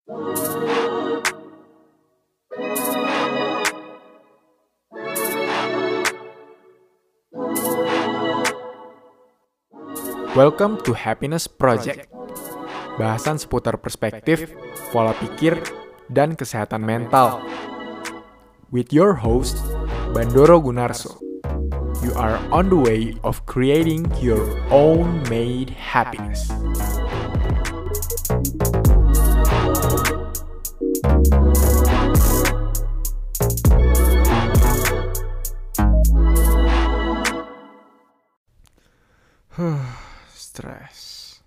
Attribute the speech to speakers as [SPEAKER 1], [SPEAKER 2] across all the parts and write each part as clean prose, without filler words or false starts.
[SPEAKER 1] Welcome to Happiness Project. Bahasan seputar perspektif, pola pikir, dan kesehatan mental. With your host, Bandoro Gunarso. You are on the way of creating your own made happiness. Stres.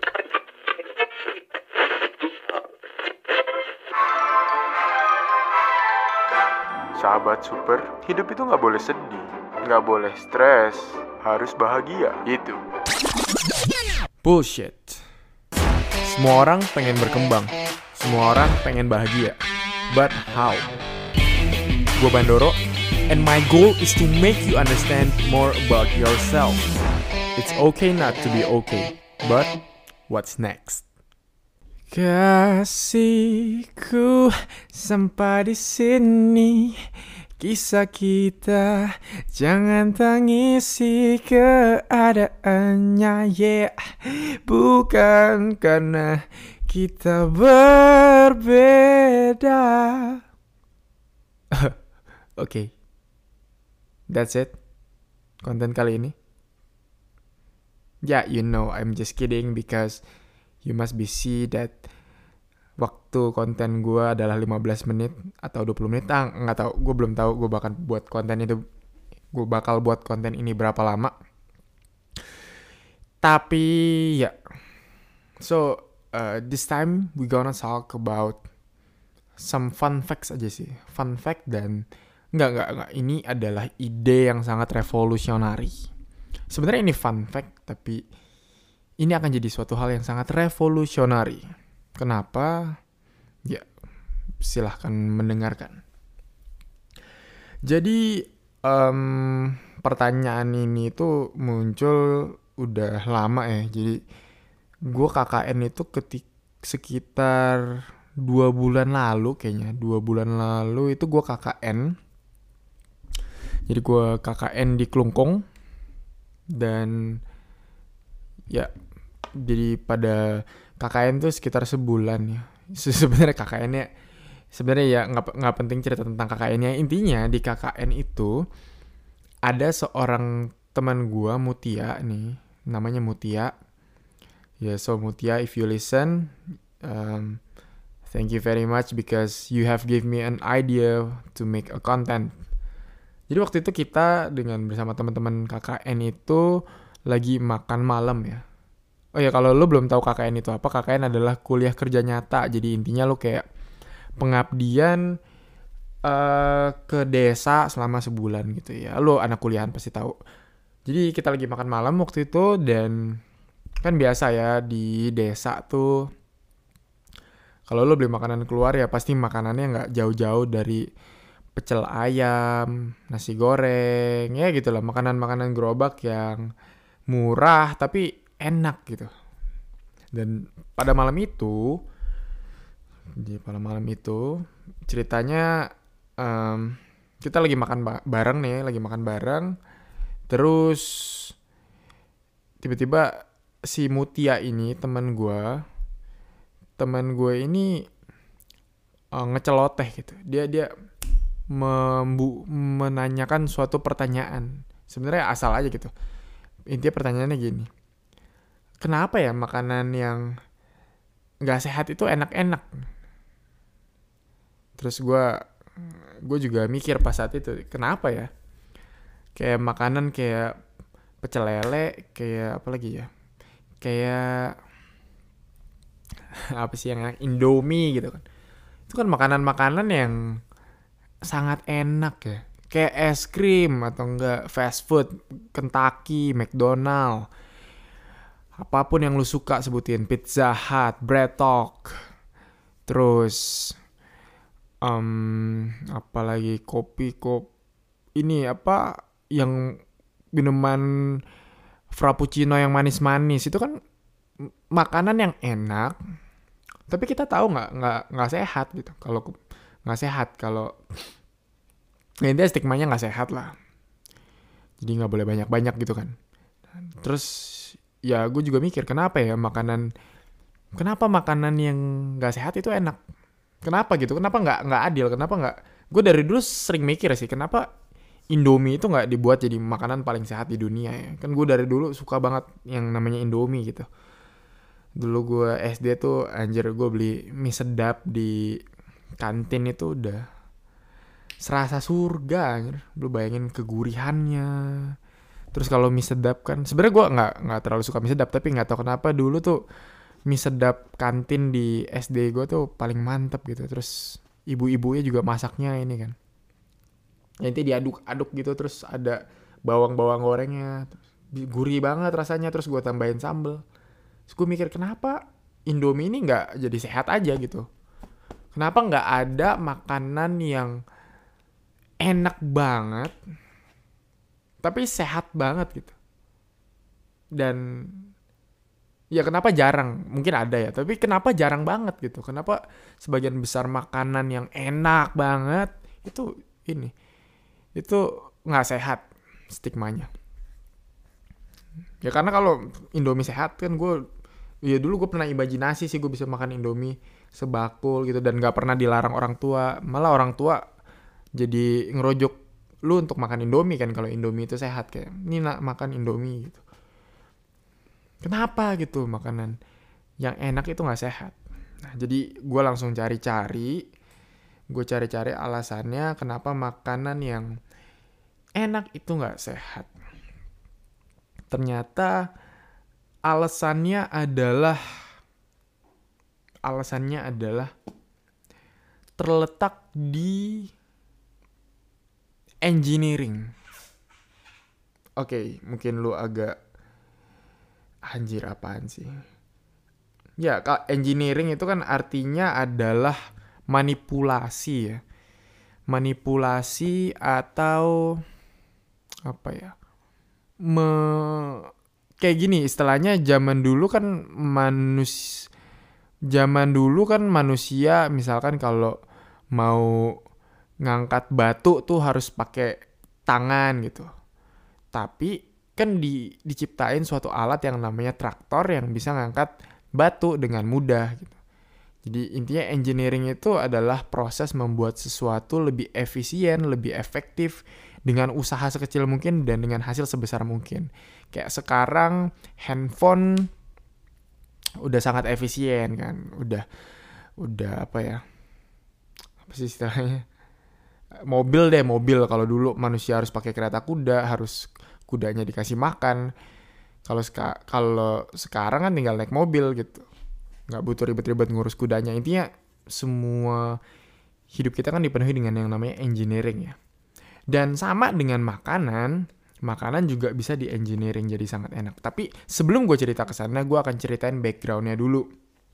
[SPEAKER 1] Sahabat super, hidup itu nggak boleh sedih, nggak boleh stres, harus bahagia. Itu bullshit. Semua orang pengen berkembang, semua orang pengen bahagia. But how? Gue Bandoro, and my goal is to make you understand more about yourself. It's okay not to be okay, but what's next? Kasihku, sampai di sini kisah kita, jangan tangisi keadaannya, yeah. Bukan karena kita berbeda. Okay, that's it. Konten kali ini. Yeah, you know, I'm just kidding because you must be see that waktu konten gue adalah 15 menit atau 20 menit. Nggak tahu, gue belum tahu gue bakal buat konten ini berapa lama. Tapi ya, so this time we gonna talk about some fun facts aja sih. Fun fact dan enggak, ini adalah ide yang sangat revolusionari. Sebenarnya ini fun fact, tapi ini akan jadi suatu hal yang sangat revolusionari. Kenapa? Ya, silahkan mendengarkan. Jadi, pertanyaan ini tuh muncul udah lama ya. Jadi, gue KKN itu sekitar 2 bulan lalu kayaknya. 2 bulan lalu itu gue KKN. Jadi, gue KKN di Klungkung. Dan ya, jadi pada KKN tuh sekitar sebulan ya. Sebenarnya KKN-nya sebenarnya ya nggak penting cerita tentang KKN-nya. Intinya di KKN itu ada seorang teman gua, Mutia nih, namanya Mutia. Ya, so Mutia, if you listen, thank you very much because you have give me an idea to make a content. Jadi waktu itu kita bersama teman-teman KKN itu lagi makan malam ya. Oh ya, kalau lo belum tahu KKN itu apa, KKN adalah kuliah kerja nyata. Jadi intinya lo kayak pengabdian ke desa selama sebulan gitu ya. Lo anak kuliahan pasti tahu. Jadi kita lagi makan malam waktu itu, dan kan biasa ya di desa tuh kalau lo beli makanan keluar ya pasti makanannya nggak jauh-jauh dari pecel ayam, nasi goreng, ya gitu lah, makanan-makanan gerobak yang murah tapi enak gitu. Dan pada malam itu ceritanya kita lagi makan bareng. Terus tiba-tiba si Mutia ini teman gue ini ngeceloteh gitu. Dia menanyakan suatu pertanyaan. Sebenarnya asal aja gitu. Intinya pertanyaannya gini. Kenapa ya makanan yang gak sehat itu enak-enak? Terus gue juga mikir pas saat itu, kenapa ya? Kayak makanan kayak pecel lele, kayak apa lagi ya? Kayak apa sih yang enak? Indomie gitu kan. Itu kan makanan-makanan yang sangat enak ya, kayak es krim atau enggak fast food, Kentucky, McDonald, apapun yang lu suka sebutin, Pizza Hut, Bread Talk, terus apalagi kopi ini apa yang minuman frappuccino yang manis-manis, itu kan makanan yang enak Tapi kita tahu nggak sehat gitu. Kalau nggak sehat, kalau intinya stigmanya nggak sehat lah. Jadi nggak boleh banyak-banyak gitu kan. Terus ya gue juga mikir kenapa makanan yang nggak sehat itu enak? Kenapa gitu? Kenapa nggak adil? Kenapa nggak? Gue dari dulu sering mikir sih, kenapa Indomie itu nggak dibuat jadi makanan paling sehat di dunia ya? Kan gue dari dulu suka banget yang namanya Indomie gitu. Dulu gue SD tuh anjir, gue beli mie sedap di kantin itu udah serasa surga anjir. Lu bayangin kegurihannya. Terus kalau mie sedap kan, sebenarnya gue nggak terlalu suka mie sedap, tapi nggak tahu kenapa dulu tuh mie sedap kantin di SD gue tuh paling mantep gitu. Terus ibu-ibunya juga masaknya ini kan, nanti diaduk-aduk gitu, terus ada bawang-bawang gorengnya, terus gurih banget rasanya, terus gue tambahin sambel. Terus gue mikir kenapa Indomie ini nggak jadi sehat aja gitu, kenapa nggak ada makanan yang enak banget tapi sehat banget gitu. Dan ya kenapa jarang, mungkin ada ya, tapi kenapa jarang banget gitu, kenapa sebagian besar makanan yang enak banget itu nggak sehat stigmanya. Ya karena kalau Indomie sehat kan dulu gue pernah imajinasi sih gue bisa makan Indomie sebakul gitu dan nggak pernah dilarang orang tua, malah orang tua jadi ngerojok lu untuk makan Indomie kan kalau Indomie itu sehat, kayak ini nak makan Indomie gitu. Kenapa gitu makanan yang enak itu nggak sehat? Nah jadi gue langsung cari-cari alasannya kenapa makanan yang enak itu nggak sehat. Ternyata alasannya adalah terletak di engineering. Oke, mungkin lu agak anjir apaan sih? Ya, engineering itu kan artinya adalah manipulasi ya. Manipulasi atau apa ya? Kayak gini istilahnya, zaman dulu kan manusia misalkan kalau mau ngangkat batu tuh harus pakai tangan gitu. Tapi kan diciptain suatu alat yang namanya traktor yang bisa ngangkat batu dengan mudah gitu. Jadi intinya engineering itu adalah proses membuat sesuatu lebih efisien, lebih efektif dengan usaha sekecil mungkin dan dengan hasil sebesar mungkin. Kayak sekarang handphone udah sangat efisien kan, udah apa ya? Apa sih istilahnya? Mobil kalau dulu manusia harus pakai kereta kuda, harus kudanya dikasih makan. Kalau sekarang kan tinggal naik mobil gitu, nggak butuh ribet-ribet ngurus kudanya. Intinya semua hidup kita kan dipenuhi dengan yang namanya engineering ya. Dan sama dengan makanan juga bisa di engineering jadi sangat enak. Tapi sebelum gue cerita ke sana, gue akan ceritain backgroundnya dulu.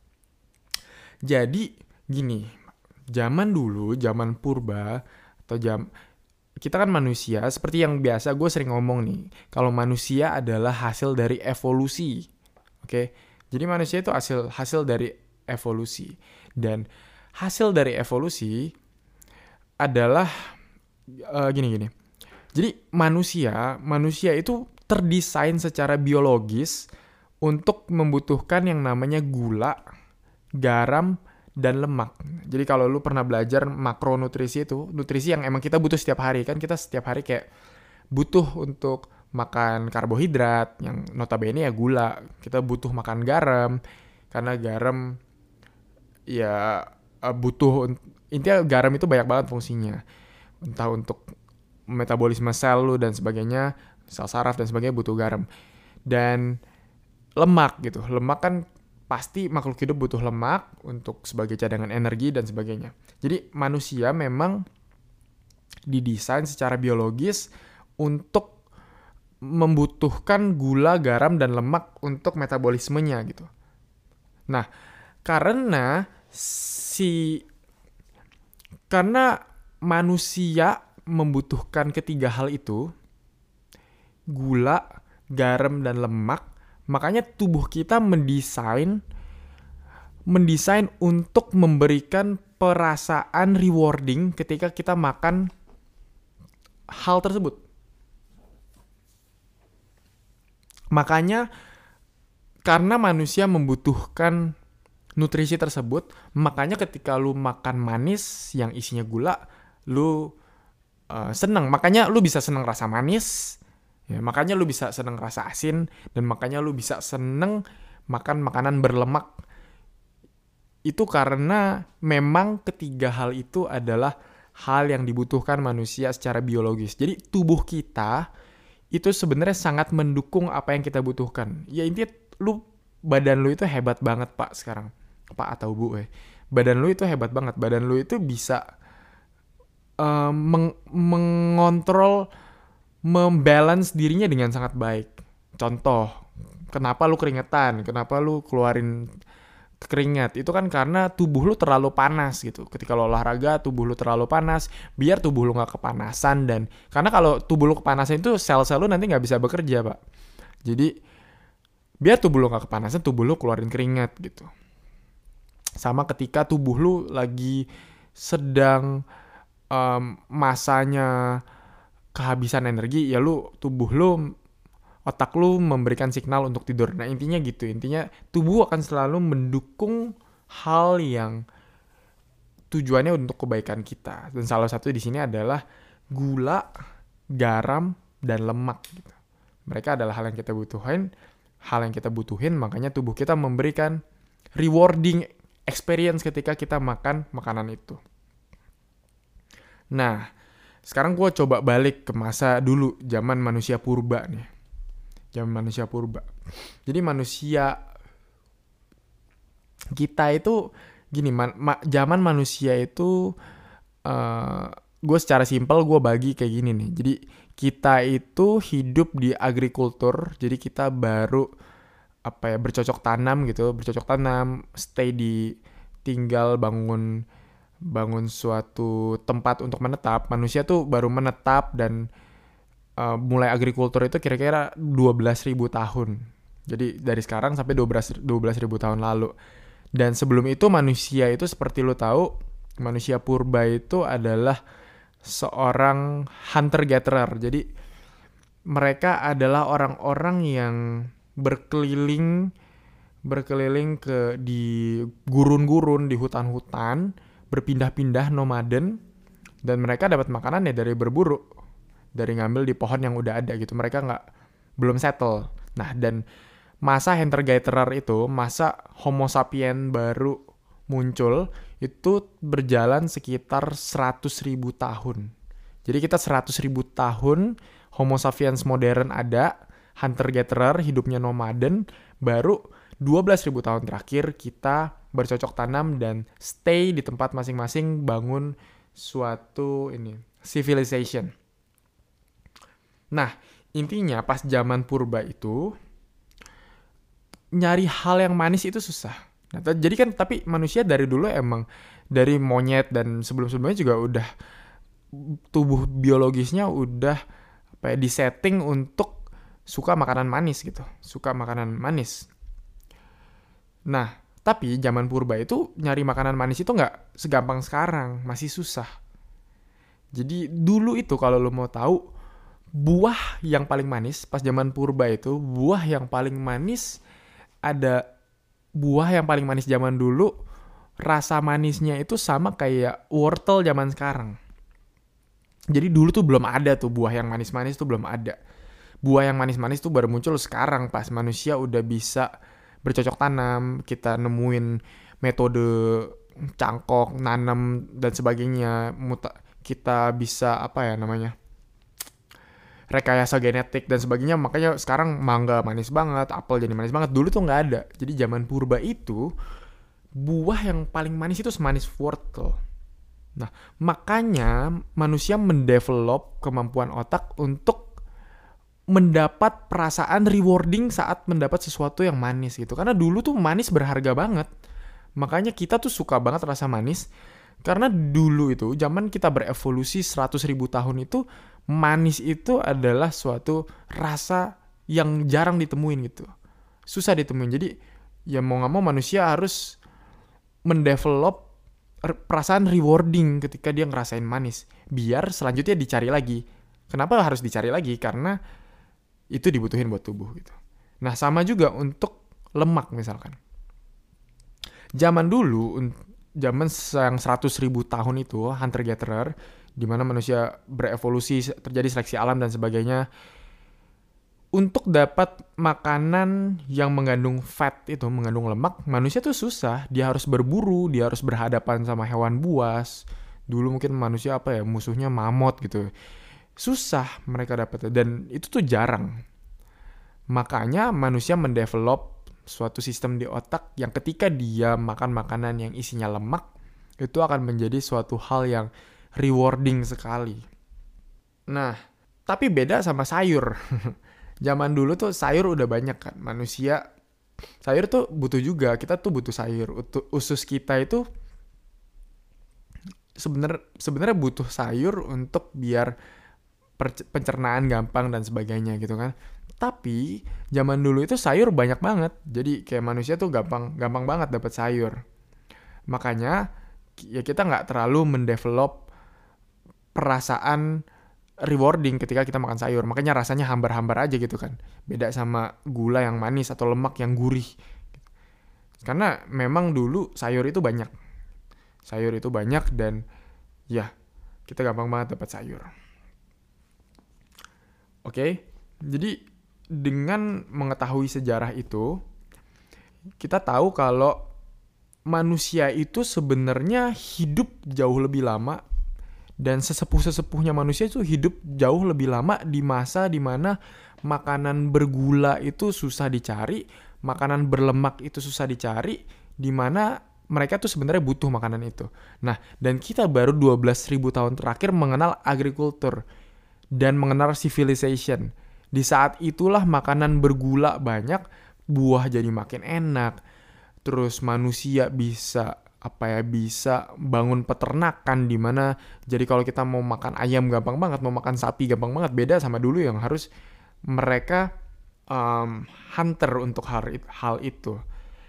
[SPEAKER 1] Jadi gini, zaman purba atau kita kan manusia, seperti yang biasa gue sering ngomong nih, kalau manusia adalah hasil dari evolusi. Oke? Jadi manusia itu hasil dari evolusi. Dan hasil dari evolusi adalah gini. Jadi manusia itu terdesain secara biologis untuk membutuhkan yang namanya gula, garam, dan lemak. Jadi kalau lu pernah belajar makronutrisi itu, nutrisi yang emang kita butuh setiap hari. Kan kita setiap hari kayak butuh untuk makan karbohidrat, yang notabene ya gula. Kita butuh makan garam, karena garam ya intinya garam itu banyak banget fungsinya. Entah untuk metabolisme sel lu dan sebagainya, sel saraf dan sebagainya butuh garam. Dan lemak gitu. Lemak kan pasti makhluk hidup butuh lemak untuk sebagai cadangan energi dan sebagainya. Jadi manusia memang didesain secara biologis untuk membutuhkan gula, garam, dan lemak untuk metabolismenya gitu. Nah, karena manusia membutuhkan ketiga hal itu, gula, garam, dan lemak, makanya tubuh kita mendesain mendesain untuk memberikan perasaan rewarding ketika kita makan hal tersebut. Makanya karena manusia membutuhkan nutrisi tersebut, makanya ketika lu makan manis yang isinya gula, lu seneng. Makanya lu bisa seneng rasa manis, ya, makanya lu bisa seneng rasa asin, dan makanya lu bisa seneng makan makanan berlemak. Itu karena memang ketiga hal itu adalah hal yang dibutuhkan manusia secara biologis. Jadi tubuh kita itu sebenarnya sangat mendukung apa yang kita butuhkan. Ya intinya badan lu itu hebat banget Pak sekarang. Pak atau Bu badan lu itu hebat banget. Badan lu itu bisa mengontrol, membalance dirinya dengan sangat baik. Contoh, kenapa lu keringetan, kenapa lu keluarin keringat, itu kan karena tubuh lu terlalu panas gitu. Ketika lu olahraga, tubuh lu terlalu panas, biar tubuh lu gak kepanasan. Dan karena kalau tubuh lu kepanasan itu sel-sel lu nanti gak bisa bekerja Pak. Jadi biar tubuh lu gak kepanasan, tubuh lu keluarin keringat gitu. Sama ketika tubuh lu lagi sedang masanya kehabisan energi, ya tubuh lu, otak lu memberikan signal untuk tidur. Nah intinya gitu, intinya tubuh akan selalu mendukung hal yang tujuannya untuk kebaikan kita. Dan salah satu di sini adalah gula, garam, dan lemak gitu. Mereka adalah hal yang kita butuhin, makanya tubuh kita memberikan rewarding experience ketika kita makan makanan itu. Nah, sekarang gue coba balik ke masa dulu, zaman manusia purba nih. Zaman manusia purba. Jadi manusia kita itu gini, zaman manusia itu gue secara simpel gue bagi kayak gini nih. Jadi kita itu hidup di agrikultur, jadi kita baru bercocok tanam, stay tinggal bangun suatu tempat untuk menetap. Manusia tuh baru menetap dan mulai agrikultur itu kira-kira 12.000 tahun. Jadi dari sekarang sampai 12.000 tahun lalu. Dan sebelum itu manusia itu seperti lo tahu, manusia purba itu adalah seorang hunter-gatherer. Jadi mereka adalah orang-orang yang berkeliling di gurun-gurun, di hutan-hutan, berpindah-pindah nomaden, dan mereka dapat makanan ya dari berburu, dari ngambil di pohon yang udah ada gitu. Mereka belum settle. Nah, dan masa hunter-gatherer itu, masa Homo sapien baru muncul, itu berjalan sekitar 100.000 tahun. Jadi kita 100.000 tahun Homo sapiens modern ada, hunter-gatherer, hidupnya nomaden, baru 12.000 tahun terakhir kita bercocok tanam dan stay di tempat masing-masing, bangun suatu civilization. Nah, intinya pas zaman purba itu nyari hal yang manis itu susah. Nah, jadi kan tapi manusia dari dulu emang dari monyet dan sebelum-sebelumnya juga udah tubuh biologisnya udah disetting untuk suka makanan manis gitu, suka makanan manis. Nah, tapi zaman purba itu nyari makanan manis itu nggak segampang sekarang, masih susah. Jadi dulu itu kalau lo mau tahu, buah yang paling manis pas zaman purba itu, buah yang paling manis zaman dulu, rasa manisnya itu sama kayak wortel zaman sekarang. Jadi dulu tuh belum ada tuh buah yang manis-manis tuh belum ada. Buah yang manis-manis tuh baru muncul sekarang pas manusia udah bisa bercocok tanam, kita nemuin metode cangkok, nanam dan sebagainya, kita bisa rekayasa genetik dan sebagainya, makanya sekarang mangga manis banget, apel jadi manis banget. Dulu tuh nggak ada. Jadi zaman purba itu buah yang paling manis itu semanis wortel. Nah, makanya manusia mendevelop kemampuan otak untuk mendapat perasaan rewarding saat mendapat sesuatu yang manis gitu. Karena dulu tuh manis berharga banget. Makanya kita tuh suka banget rasa manis. Karena dulu itu, zaman kita berevolusi 100.000 tahun itu, manis itu adalah suatu rasa yang jarang ditemuin gitu. Susah ditemuin. Jadi ya mau gak mau manusia harus mendevelop perasaan rewarding ketika dia ngerasain manis, biar selanjutnya dicari lagi. Kenapa harus dicari lagi? Karena itu dibutuhin buat tubuh gitu. Nah, sama juga untuk lemak misalkan. Zaman dulu, zaman yang 100.000 tahun itu, hunter-gatherer, di mana manusia berevolusi, terjadi seleksi alam dan sebagainya, untuk dapat makanan yang mengandung fat itu, mengandung lemak, manusia tuh susah. Dia harus berburu, dia harus berhadapan sama hewan buas. Dulu mungkin manusia musuhnya mamut gitu. Susah mereka dapetnya, dan itu tuh jarang. Makanya manusia mendevelop suatu sistem di otak yang ketika dia makan makanan yang isinya lemak, itu akan menjadi suatu hal yang rewarding sekali. Nah, tapi beda sama sayur. Zaman dulu tuh sayur udah banyak kan. Manusia, sayur tuh butuh juga. Kita tuh butuh sayur. Usus kita itu sebenarnya butuh sayur untuk biar pencernaan gampang dan sebagainya gitu kan. Tapi zaman dulu itu sayur banyak banget. Jadi kayak manusia tuh gampang banget dapat sayur. Makanya ya kita nggak terlalu mendevelop perasaan rewarding ketika kita makan sayur. Makanya rasanya hambar-hambar aja gitu kan. Beda sama gula yang manis atau lemak yang gurih. Karena memang dulu sayur itu banyak. Sayur itu banyak dan ya kita gampang banget dapat sayur. Oke, jadi dengan mengetahui sejarah itu, kita tahu kalau manusia itu sebenarnya hidup jauh lebih lama, dan sesepuh-sesepuhnya manusia itu hidup jauh lebih lama di masa dimana makanan bergula itu susah dicari, makanan berlemak itu susah dicari, dimana mereka tuh sebenarnya butuh makanan itu. Nah, dan kita baru 12.000 tahun terakhir mengenal agrikultur dan mengenal civilization. Di saat itulah makanan bergula banyak, buah jadi makin enak, terus manusia bisa bisa bangun peternakan di mana jadi kalau kita mau makan ayam gampang banget, mau makan sapi gampang banget. Beda sama dulu yang harus mereka hunter untuk hal itu.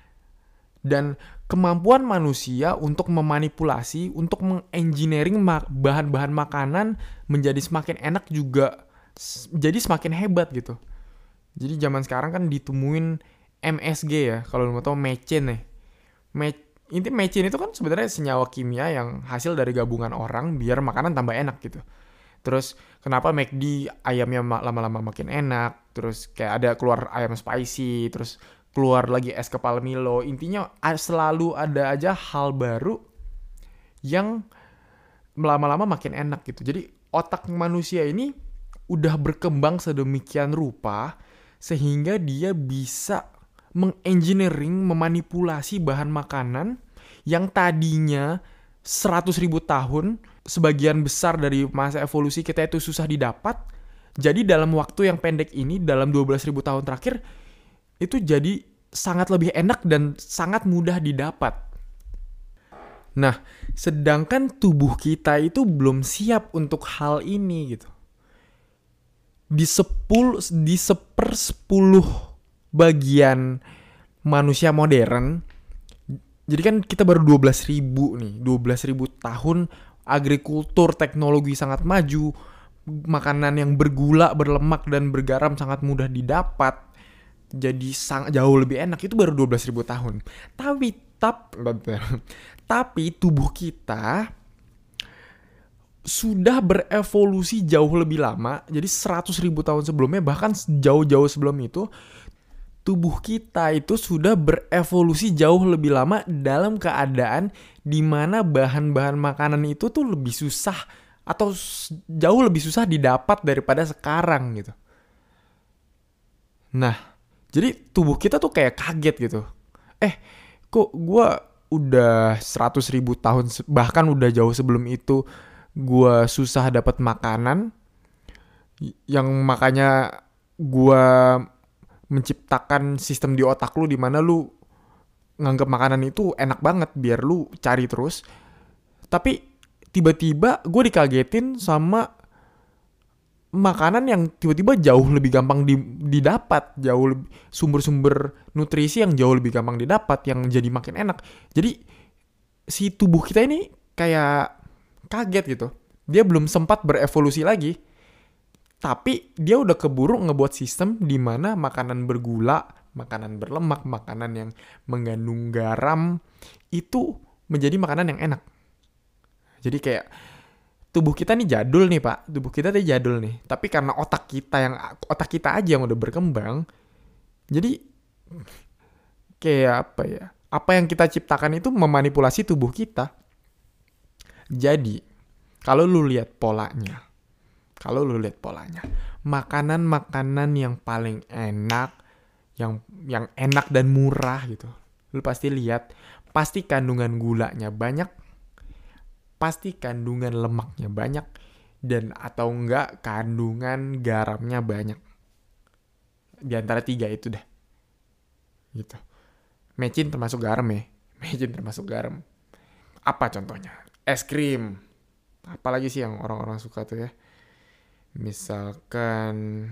[SPEAKER 1] Dan kemampuan manusia untuk memanipulasi, untuk mengengineering bahan-bahan makanan menjadi semakin enak juga jadi semakin hebat gitu. Jadi zaman sekarang kan ditemuin MSG ya, kalau mau tahu mecin nih. Inti mecin itu kan sebenarnya senyawa kimia yang hasil dari gabungan orang biar makanan tambah enak gitu. Terus kenapa McD ayamnya lama-lama makin enak, terus kayak ada keluar ayam spicy, terus keluar lagi es kepal Milo. Intinya selalu ada aja hal baru yang lama-lama makin enak gitu. Jadi otak manusia ini udah berkembang sedemikian rupa sehingga dia bisa mengengineering, memanipulasi bahan makanan yang tadinya 100.000 tahun, sebagian besar dari masa evolusi kita itu susah didapat. Jadi dalam waktu yang pendek ini, dalam 12.000 tahun terakhir, itu jadi sangat lebih enak dan sangat mudah didapat. Nah, sedangkan tubuh kita itu belum siap untuk hal ini gitu. Di 1/10 bagian manusia modern, jadi kan kita baru 12.000 nih, 12.000 tahun agrikultur, teknologi sangat maju, makanan yang bergula, berlemak, dan bergaram sangat mudah didapat, jadi sangat jauh lebih enak, itu baru 12.000 tahun. Tapi tubuh kita sudah berevolusi jauh lebih lama. Jadi 100.000 tahun sebelumnya, bahkan jauh-jauh sebelum itu, tubuh kita itu sudah berevolusi jauh lebih lama dalam keadaan dimana bahan-bahan makanan itu tuh lebih susah atau jauh lebih susah didapat daripada sekarang gitu. Nah, jadi tubuh kita tuh kayak kaget gitu. Kok gue udah 100.000 tahun, bahkan udah jauh sebelum itu, gue susah dapat makanan, yang makanya gue menciptakan sistem di otak lu di mana lu nganggap makanan itu enak banget biar lu cari terus. Tapi tiba-tiba gue dikagetin sama makanan yang tiba-tiba jauh lebih gampang didapat, sumber-sumber nutrisi yang jauh lebih gampang didapat, yang jadi makin enak. Jadi si tubuh kita ini kayak kaget gitu. Dia belum sempat berevolusi lagi, tapi dia udah keburu ngebuat sistem di mana makanan bergula, makanan berlemak, makanan yang mengandung garam itu menjadi makanan yang enak. Jadi kayak tubuh kita nih jadul nih Pak, tubuh kita nih jadul nih. Tapi karena otak kita aja yang udah berkembang, jadi kayak apa ya? Apa yang kita ciptakan itu memanipulasi tubuh kita. Jadi kalau lu lihat polanya, makanan-makanan yang paling enak, yang enak dan murah gitu, lu pasti lihat, pasti kandungan gulanya banyak, pasti kandungan lemaknya banyak, dan atau enggak kandungan garamnya banyak. Di antara tiga itu dah. Gitu. Mecin termasuk garam ya. Mecin termasuk garam. Apa contohnya? Es krim. Apalagi sih yang orang-orang suka tuh ya. Misalkan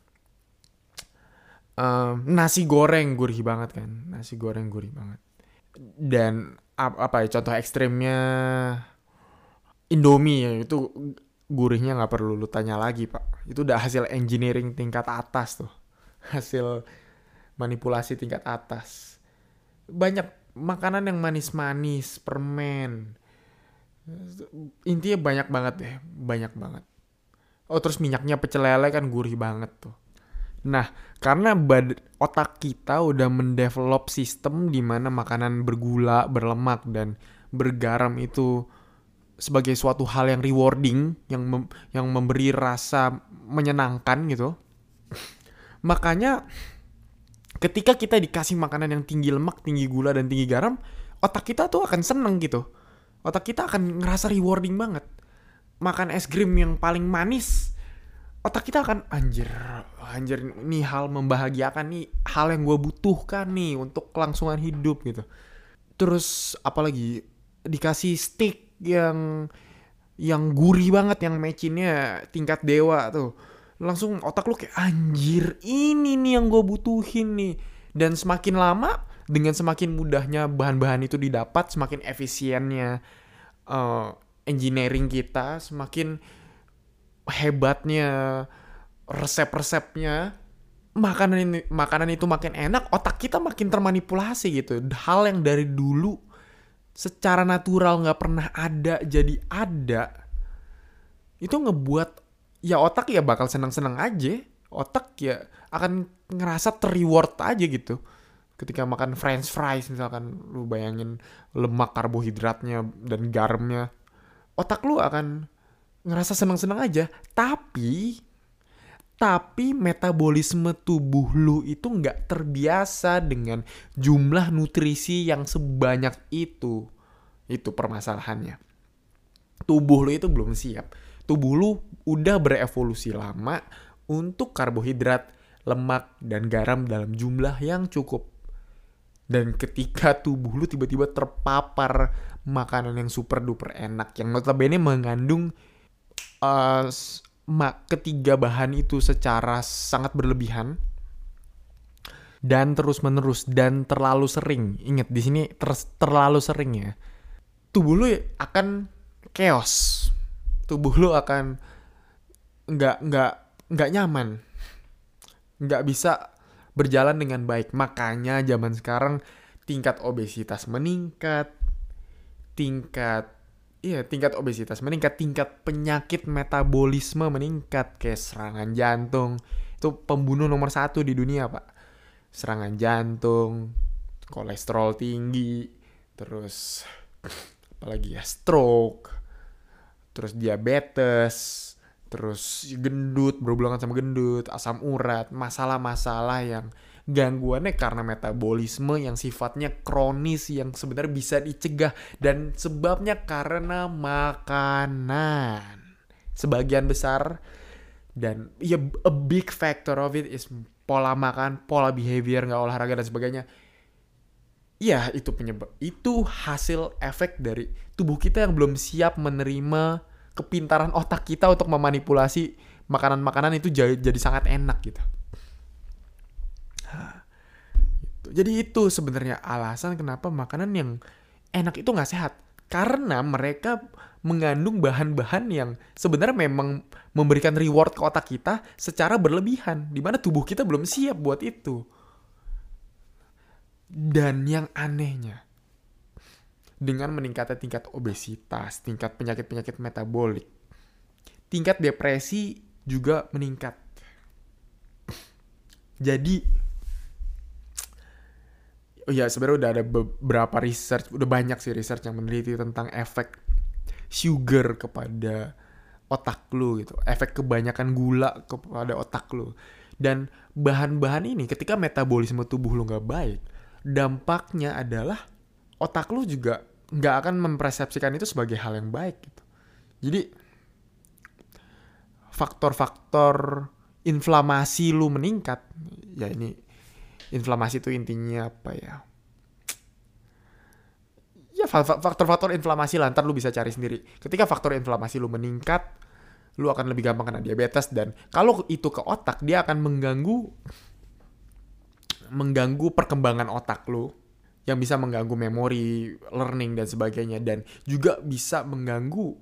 [SPEAKER 1] nasi goreng gurih banget kan. Nasi goreng gurih banget. Dan apa ya contoh ekstrimnya Indomie ya, itu gurihnya nggak perlu lu tanya lagi Pak. Itu udah hasil engineering tingkat atas tuh. Hasil manipulasi tingkat atas. Banyak makanan yang manis-manis, permen. Intinya banyak banget deh, banyak banget. Oh terus minyaknya pecel lele kan gurih banget tuh. Nah, karena otak kita udah mendevelop sistem di mana makanan bergula, berlemak, dan bergaram itu sebagai suatu hal yang rewarding, yang memberi rasa menyenangkan gitu. Makanya ketika kita dikasih makanan yang tinggi lemak, tinggi gula, dan tinggi garam, otak kita tuh akan seneng gitu. Otak kita akan ngerasa rewarding banget. Makan es krim yang paling manis, otak kita akan anjir ini hal membahagiakan nih, hal yang gue butuhkan nih untuk kelangsungan hidup gitu. Terus apalagi dikasih steak yang gurih banget, yang mecinnya tingkat dewa tuh, langsung otak lu kayak anjir ini nih yang gue butuhin nih. Dan semakin lama, dengan semakin mudahnya bahan-bahan itu didapat, semakin efisiennya engineering kita, semakin hebatnya resep-resepnya, makanan itu makin enak, otak kita makin termanipulasi gitu. Hal yang dari dulu secara natural nggak pernah ada jadi ada, itu ngebuat ya otak ya bakal senang-senang aja. Otak ya akan ngerasa terreward aja gitu. Ketika makan french fries misalkan, lu bayangin lemak, karbohidratnya, dan garamnya, otak lu akan ngerasa senang-senang aja. Tapi metabolisme tubuh lu itu nggak terbiasa dengan jumlah nutrisi yang sebanyak itu. Itu permasalahannya. Tubuh lu itu belum siap. Tubuh lu udah berevolusi lama untuk karbohidrat, lemak, dan garam dalam jumlah yang cukup. Dan ketika tubuh lu tiba-tiba terpapar makanan yang super duper enak, yang notabene mengandung ketiga bahan itu secara sangat berlebihan dan terus-menerus dan terlalu sering. Ingat di sini terlalu sering ya. Tubuh lu akan chaos. Tubuh lu akan nggak nyaman. Nggak bisa berjalan dengan baik. Makanya zaman sekarang tingkat obesitas meningkat. Tingkat obesitas meningkat, tingkat penyakit metabolisme meningkat, kayak serangan jantung. Itu pembunuh nomor 1 di dunia, Pak. Serangan jantung, kolesterol tinggi, terus apalagi ya, stroke, terus diabetes, terus gendut, berhubungan sama gendut, asam urat, masalah-masalah yang gangguannya karena metabolisme yang sifatnya kronis, yang sebenarnya bisa dicegah, dan sebabnya karena makanan sebagian besar. Dan ya a big factor of it is pola makan, pola behavior, gak olahraga dan sebagainya. Ya itu penyebab, itu hasil efek dari tubuh kita yang belum siap menerima kepintaran otak kita untuk memanipulasi makanan-makanan itu jadi sangat enak gitu. Jadi itu sebenarnya alasan kenapa makanan yang enak itu nggak sehat. Karena mereka mengandung bahan-bahan yang sebenarnya memang memberikan reward ke otak kita secara berlebihan. Dimana tubuh kita belum siap buat itu. Dan yang anehnya, dengan meningkatnya tingkat obesitas, tingkat penyakit-penyakit metabolik, tingkat depresi juga meningkat. Jadi, sebenarnya udah ada beberapa research, udah banyak sih research yang meneliti tentang efek sugar kepada otak lu gitu. Efek kebanyakan gula kepada otak lu. Dan bahan-bahan ini ketika metabolisme tubuh lu gak baik, dampaknya adalah otak lu juga gak akan mempersepsikan itu sebagai hal yang baik gitu. Jadi faktor-faktor inflamasi lu meningkat. Ya ini inflamasi itu intinya apa ya? Ya faktor-faktor inflamasi lah, ntar lu bisa cari sendiri. Ketika faktor inflamasi lu meningkat, lu akan lebih gampang kena diabetes. Dan kalau itu ke otak, dia akan mengganggu perkembangan otak lu, yang bisa mengganggu memori, learning dan sebagainya, dan juga bisa mengganggu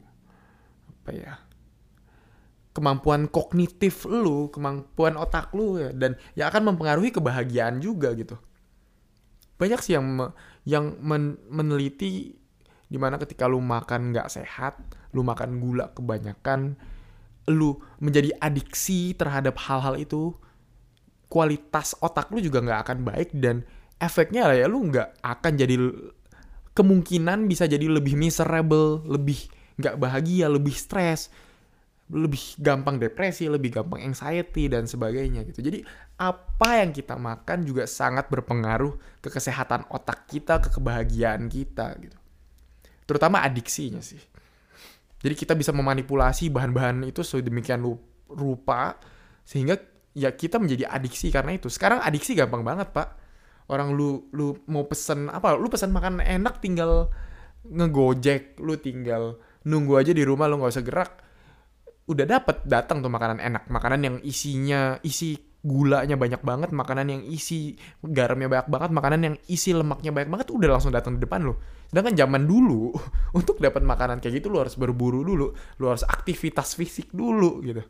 [SPEAKER 1] kemampuan kognitif lu, kemampuan otak lu ya, dan yang akan mempengaruhi kebahagiaan juga gitu. Banyak sih yang meneliti dimana ketika lu makan nggak sehat, lu makan gula kebanyakan, lu menjadi adiksi terhadap hal-hal itu, kualitas otak lu juga nggak akan baik, dan efeknya ya lu nggak akan jadi, kemungkinan bisa jadi lebih miserable, lebih nggak bahagia, lebih stres, lebih gampang depresi, lebih gampang anxiety dan sebagainya gitu. Jadi apa yang kita makan juga sangat berpengaruh ke kesehatan otak kita, ke kebahagiaan kita gitu. Terutama adiksinya sih. Jadi kita bisa memanipulasi bahan-bahan itu sedemikian rupa sehingga ya kita menjadi adiksi karena itu. Sekarang adiksi gampang banget, Pak. Orang lu mau pesen apa? Lu pesan makanan enak tinggal ngegojek, lu tinggal nunggu aja di rumah, lu enggak usah gerak. Udah datang tuh makanan enak, makanan yang isi gulanya banyak banget, makanan yang isi garamnya banyak banget, makanan yang isi lemaknya banyak banget, udah langsung datang di depan lo. Sedangkan zaman dulu untuk dapat makanan kayak gitu lo harus berburu dulu, lo harus aktivitas fisik dulu gitu.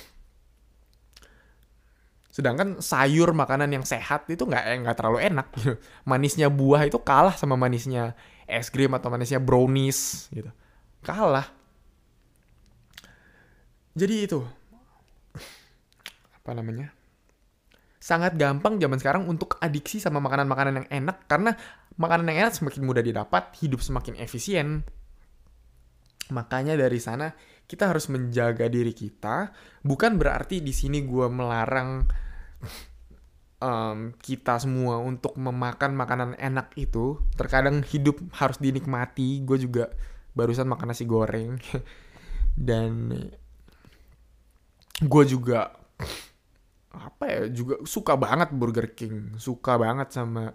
[SPEAKER 1] Sedangkan sayur, makanan yang sehat itu nggak terlalu enak gitu. Manisnya buah itu kalah sama manisnya es krim atau manisnya brownies gitu, kalah. Jadi itu sangat gampang zaman sekarang untuk adiksi sama makanan-makanan yang enak, karena makanan yang enak semakin mudah didapat, hidup semakin efisien. Makanya dari sana kita harus menjaga diri kita. Bukan berarti di sini gue melarang kita semua untuk memakan makanan enak itu. Terkadang hidup harus dinikmati. Gue juga barusan makan nasi goreng dan gue juga juga suka banget Burger King, suka banget sama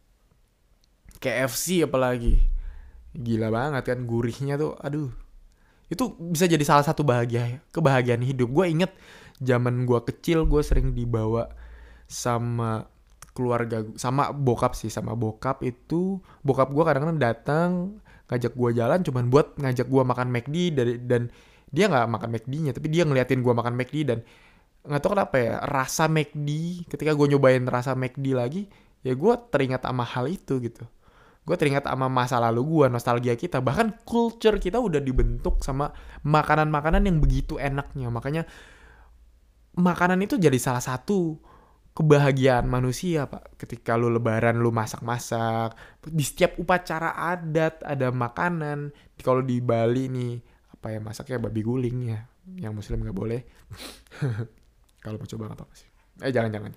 [SPEAKER 1] KFC apalagi. Gila banget kan gurihnya tuh, aduh. Itu bisa jadi salah satu kebahagiaan hidup. Gue inget zaman gue kecil, gue sering dibawa sama keluarga, sama bokap itu. Bokap gue kadang-kadang datang ngajak gue jalan cuman buat ngajak gue makan McD, dan dia nggak makan McD-nya, tapi dia ngeliatin gue makan McD. Dan nggak tahu kenapa ya, rasa McD, ketika gue nyobain rasa McD lagi, ya gue teringat sama hal itu gitu. Gue teringat sama masa lalu gue, nostalgia kita. Bahkan culture kita udah dibentuk sama makanan-makanan yang begitu enaknya. Makanya makanan itu jadi salah satu kebahagiaan manusia, Pak. Ketika lu lebaran, lu masak-masak. Di setiap upacara adat ada makanan. Kalau di Bali nih, masaknya babi guling ya. Yang muslim gak boleh. Kalau mau coba gak apa-apa sih. Jangan.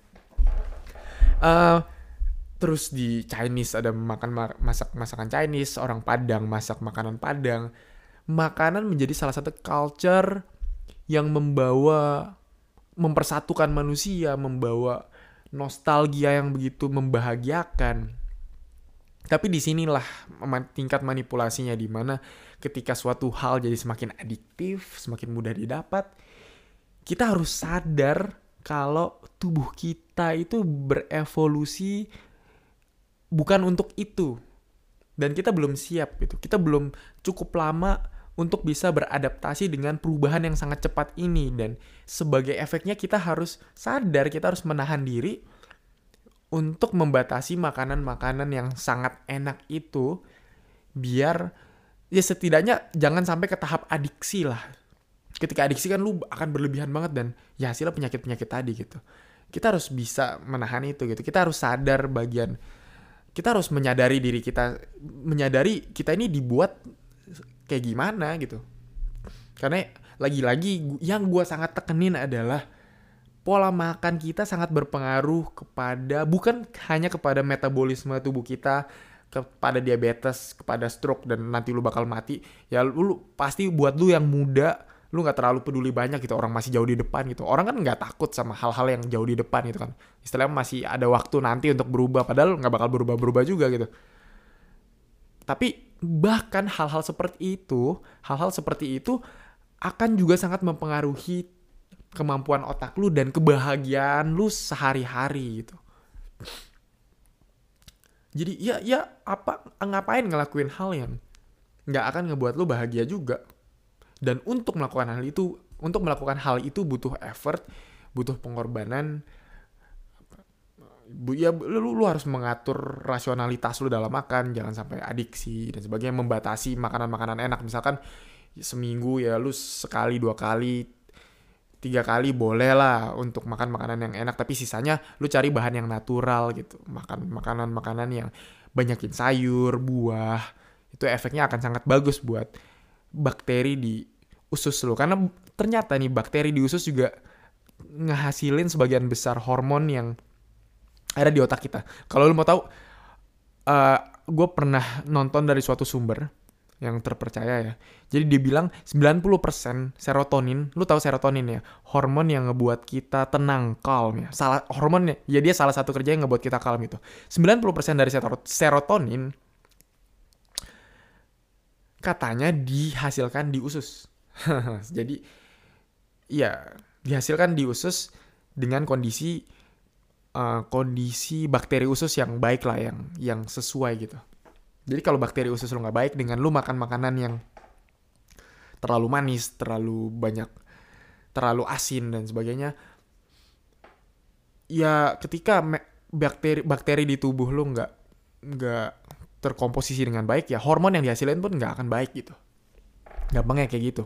[SPEAKER 1] Terus di Chinese ada masakan Chinese. Orang Padang masak makanan Padang. Makanan menjadi salah satu culture yang mempersatukan manusia, membawa nostalgia yang begitu membahagiakan. Tapi disinilah tingkat manipulasinya, di mana ketika suatu hal jadi semakin adiktif, semakin mudah didapat, kita harus sadar kalau tubuh kita itu berevolusi bukan untuk itu. Dan kita belum siap gitu. Kita belum cukup lama untuk bisa beradaptasi dengan perubahan yang sangat cepat ini. Dan sebagai efeknya kita harus sadar, kita harus menahan diri untuk membatasi makanan-makanan yang sangat enak itu, biar ya setidaknya jangan sampai ke tahap adiksi lah. Ketika adiksi kan lu akan berlebihan banget dan ya hasilnya penyakit-penyakit tadi gitu. Kita harus bisa menahan itu gitu. Kita harus sadar kita harus menyadari diri kita, menyadari kita ini dibuat kayak gimana gitu. Karena lagi-lagi yang gue sangat tekenin adalah pola makan kita sangat berpengaruh kepada, bukan hanya kepada metabolisme tubuh kita, kepada diabetes, kepada stroke, dan nanti lu bakal mati. Ya lu pasti buat lu yang muda, lu nggak terlalu peduli banyak gitu, orang masih jauh di depan gitu. Orang kan nggak takut sama hal-hal yang jauh di depan gitu kan. Istilahnya masih ada waktu nanti untuk berubah, padahal nggak bakal berubah-berubah juga gitu. Tapi bahkan hal-hal seperti itu akan juga sangat mempengaruhi kemampuan otak lu dan kebahagiaan lu sehari-hari gitu. Jadi ya ngapain ngelakuin hal yang nggak akan ngebuat lu bahagia juga. Dan untuk melakukan hal itu butuh effort, butuh pengorbanan. Ya lu harus mengatur rasionalitas lu dalam makan, jangan sampai adiksi dan sebagainya, membatasi makanan-makanan enak. Misalkan seminggu ya lu sekali, 2 kali, 3 kali boleh lah untuk makan makanan yang enak, tapi sisanya lu cari bahan yang natural gitu. Makan makanan-makanan yang banyakin sayur, buah. Itu efeknya akan sangat bagus buat bakteri di usus lu. Karena ternyata nih bakteri di usus juga ngehasilin sebagian besar hormon yang ada di otak kita. Kalau lu mau tahu, gue pernah nonton dari suatu sumber yang terpercaya ya. Jadi dia bilang 90% serotonin, lu tahu serotonin ya, hormon yang ngebuat kita tenang, calm ya. Dia salah satu kerja yang ngebuat kita calm itu. 90% dari serotonin katanya dihasilkan di usus. Jadi ya dihasilkan di usus dengan kondisi bakteri usus yang baik lah, yang sesuai gitu. Jadi kalau bakteri usus lu nggak baik dengan lu makan makanan yang terlalu manis, terlalu banyak, terlalu asin dan sebagainya, ya ketika bakteri di tubuh lu nggak terkomposisi dengan baik, ya hormon yang dihasilin pun nggak akan baik gitu. Gampangnya kayak gitu.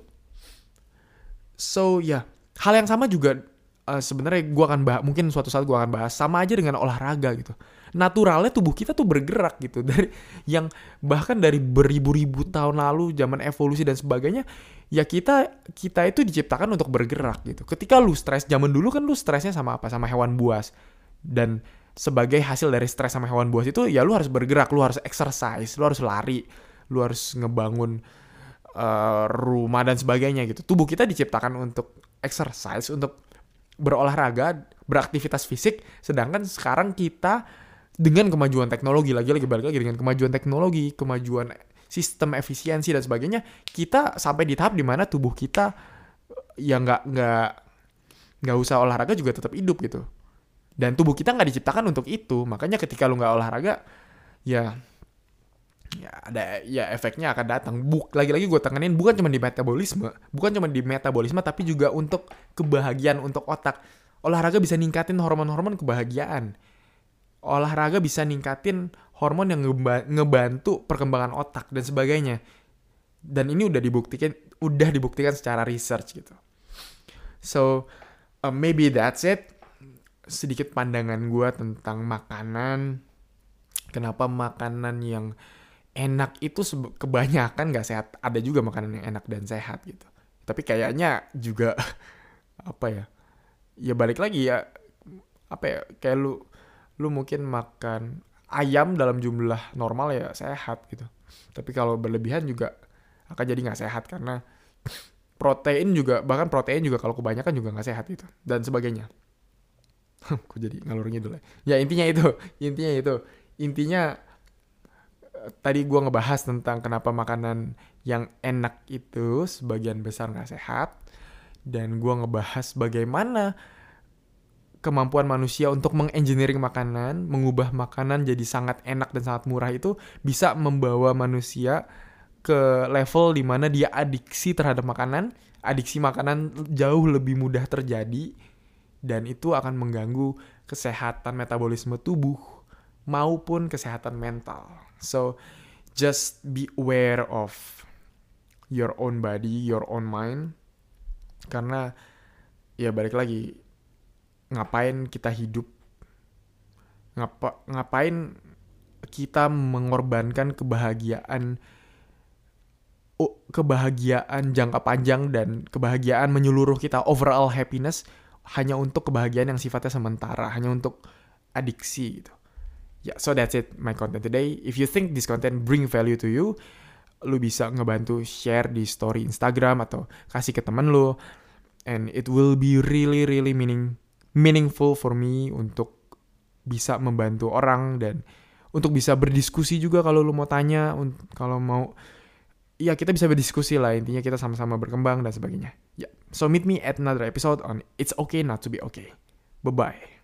[SPEAKER 1] So ya, hal yang sama juga sebenarnya gue akan mungkin suatu saat gue akan bahas, sama aja dengan olahraga gitu. Naturalnya tubuh kita tuh bergerak gitu, dari yang bahkan dari beribu-ribu tahun lalu, zaman evolusi dan sebagainya, ya kita itu diciptakan untuk bergerak gitu. Ketika lu stres, zaman dulu kan lu stresnya sama apa? Sama hewan buas. Dan sebagai hasil dari stres sama hewan buas itu, ya lu harus bergerak, lu harus exercise, lu harus lari, lu harus ngebangun rumah dan sebagainya gitu. Tubuh kita diciptakan untuk exercise, untuk berolahraga, beraktivitas fisik. Sedangkan sekarang kita dengan kemajuan teknologi, lagi-lagi balik lagi dengan kemajuan teknologi, kemajuan sistem efisiensi dan sebagainya, kita sampai di tahap dimana tubuh kita ya nggak usah olahraga juga tetap hidup gitu. Dan tubuh kita nggak diciptakan untuk itu. Makanya ketika lu nggak olahraga, ya efeknya akan datang. Lagi-lagi gue tekenin, bukan cuma di metabolisme, tapi juga untuk kebahagiaan, untuk otak. Olahraga bisa ningkatin hormon-hormon kebahagiaan. Olahraga bisa ningkatin hormon yang ngebantu perkembangan otak dan sebagainya. Dan ini udah dibuktikan secara research gitu. So maybe that's it. Sedikit pandangan gue tentang makanan. Kenapa makanan yang enak itu kebanyakan gak sehat. Ada juga makanan yang enak dan sehat gitu. Tapi kayaknya juga apa ya? Ya balik lagi ya, apa ya? Kayak lu mungkin makan ayam dalam jumlah normal ya sehat gitu. Tapi kalau berlebihan juga akan jadi gak sehat, karena protein juga kalau kebanyakan juga gak sehat gitu. Dan sebagainya. Kok jadi ngalur ngidul ya. Intinya tadi gue ngebahas tentang kenapa makanan yang enak itu sebagian besar gak sehat. Dan gue ngebahas bagaimana kemampuan manusia untuk mengengineering makanan, mengubah makanan jadi sangat enak dan sangat murah itu bisa membawa manusia ke level dimana dia adiksi terhadap makanan, adiksi makanan jauh lebih mudah terjadi, dan itu akan mengganggu kesehatan metabolisme tubuh maupun kesehatan mental. So, just be aware of your own body, your own mind, karena ya balik lagi, ngapain kita hidup, ngapain kita mengorbankan kebahagiaan jangka panjang dan kebahagiaan menyeluruh kita, overall happiness, hanya untuk kebahagiaan yang sifatnya sementara, hanya untuk adiksi gitu. Yeah, so that's it, my content today. If you think this content bring value to you, lu bisa ngebantu share di story Instagram atau kasih ke temen lu, and it will be really meaningful for me untuk bisa membantu orang dan untuk bisa berdiskusi juga kalau lu mau tanya, kalau mau, ya kita bisa berdiskusi lah, intinya kita sama-sama berkembang dan sebagainya. Ya, so meet me at another episode on It's Okay Not to Be Okay. Bye-bye.